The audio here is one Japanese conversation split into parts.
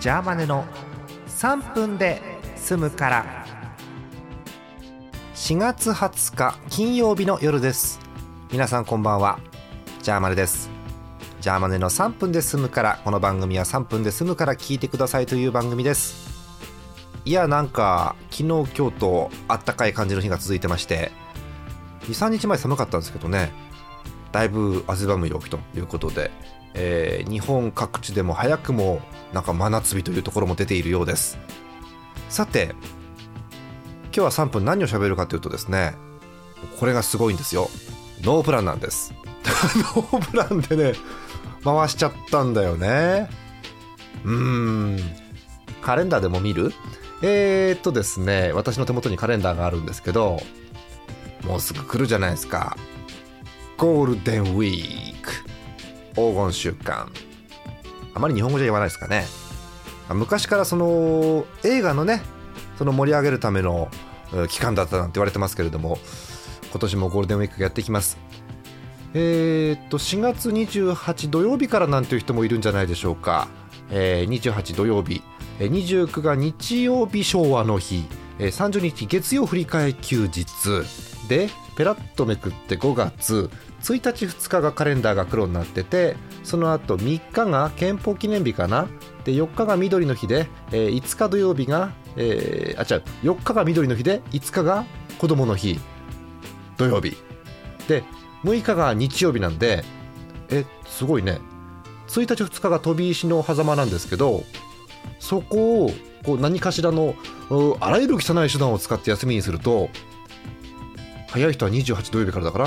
ジャーマネの3分で済むから。4月20日金曜日の夜です。皆さんこんばんは、ジャーマネです。ジャーマネの3分で済むから。この番組は3分で済むから聞いてくださいという番組です。いや、なんか昨日今日とあったかい感じの日が続いてまして、 2,3 日前寒かったんですけどね、だいぶ汗ばむ陽気ということで、日本各地でも早くもなんか真夏日というところも出ているようです。さて今日は3分何を喋るかというとですね、これがすごいんですよ。ノープランなんですノープランでね回しちゃったんだよね。カレンダーでも見る？ですね、私の手元にカレンダーがあるんですけど、もうすぐ来るじゃないですか。ゴールデンウィーク、黄金週間。あまり日本語じゃ言わないですかね。昔からその映画のね、その盛り上げるための期間だったなんて言われてますけれども、今年もゴールデンウィークがやってきます。4月28土曜日からなんていう人もいるんじゃないでしょうか。28土曜日、29が日曜日昭和の日、30日月曜振り替え休日で、ペラッとめくって5月1日2日がカレンダーが黒になってて、その後3日が憲法記念日かな。で4日が緑の日で、5日土曜日が、4日が緑の日で5日が子供の日土曜日で、6日が日曜日なんで、すごいね。1日2日が飛び石の狭間なんですけど、そこをこう何かしらのあらゆる汚い手段を使って休みにすると、早い人は28土曜日からだから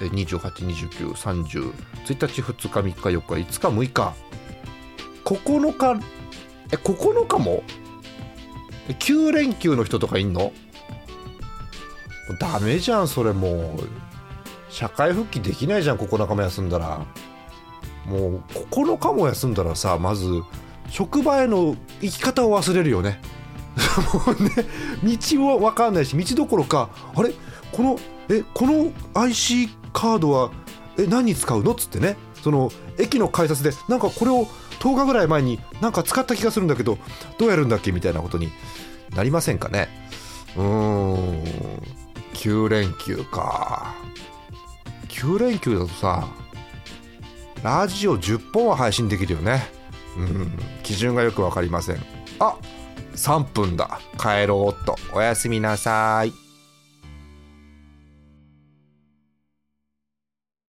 、28、29、30、1日、2日、3日、4日、5日、6日、9日、9日も9連休の人とかいんの？ダメじゃん、それ。もう社会復帰できないじゃん、9日も休んだら。もう9日も休んだらさ、まず職場への生き方を忘れるよねもうね、道は分かんないし、道どころか、あれこのIC カードは何に使うのっつってね、その駅の改札でなんかこれを10日ぐらい前になんか使った気がするんだけど、どうやるんだっけみたいなことになりませんかね。9連休か。9連休だとさ、ラジオ10本は配信できるよね。基準がよくわかりません。3分だ。帰ろうっと。おやすみなさい。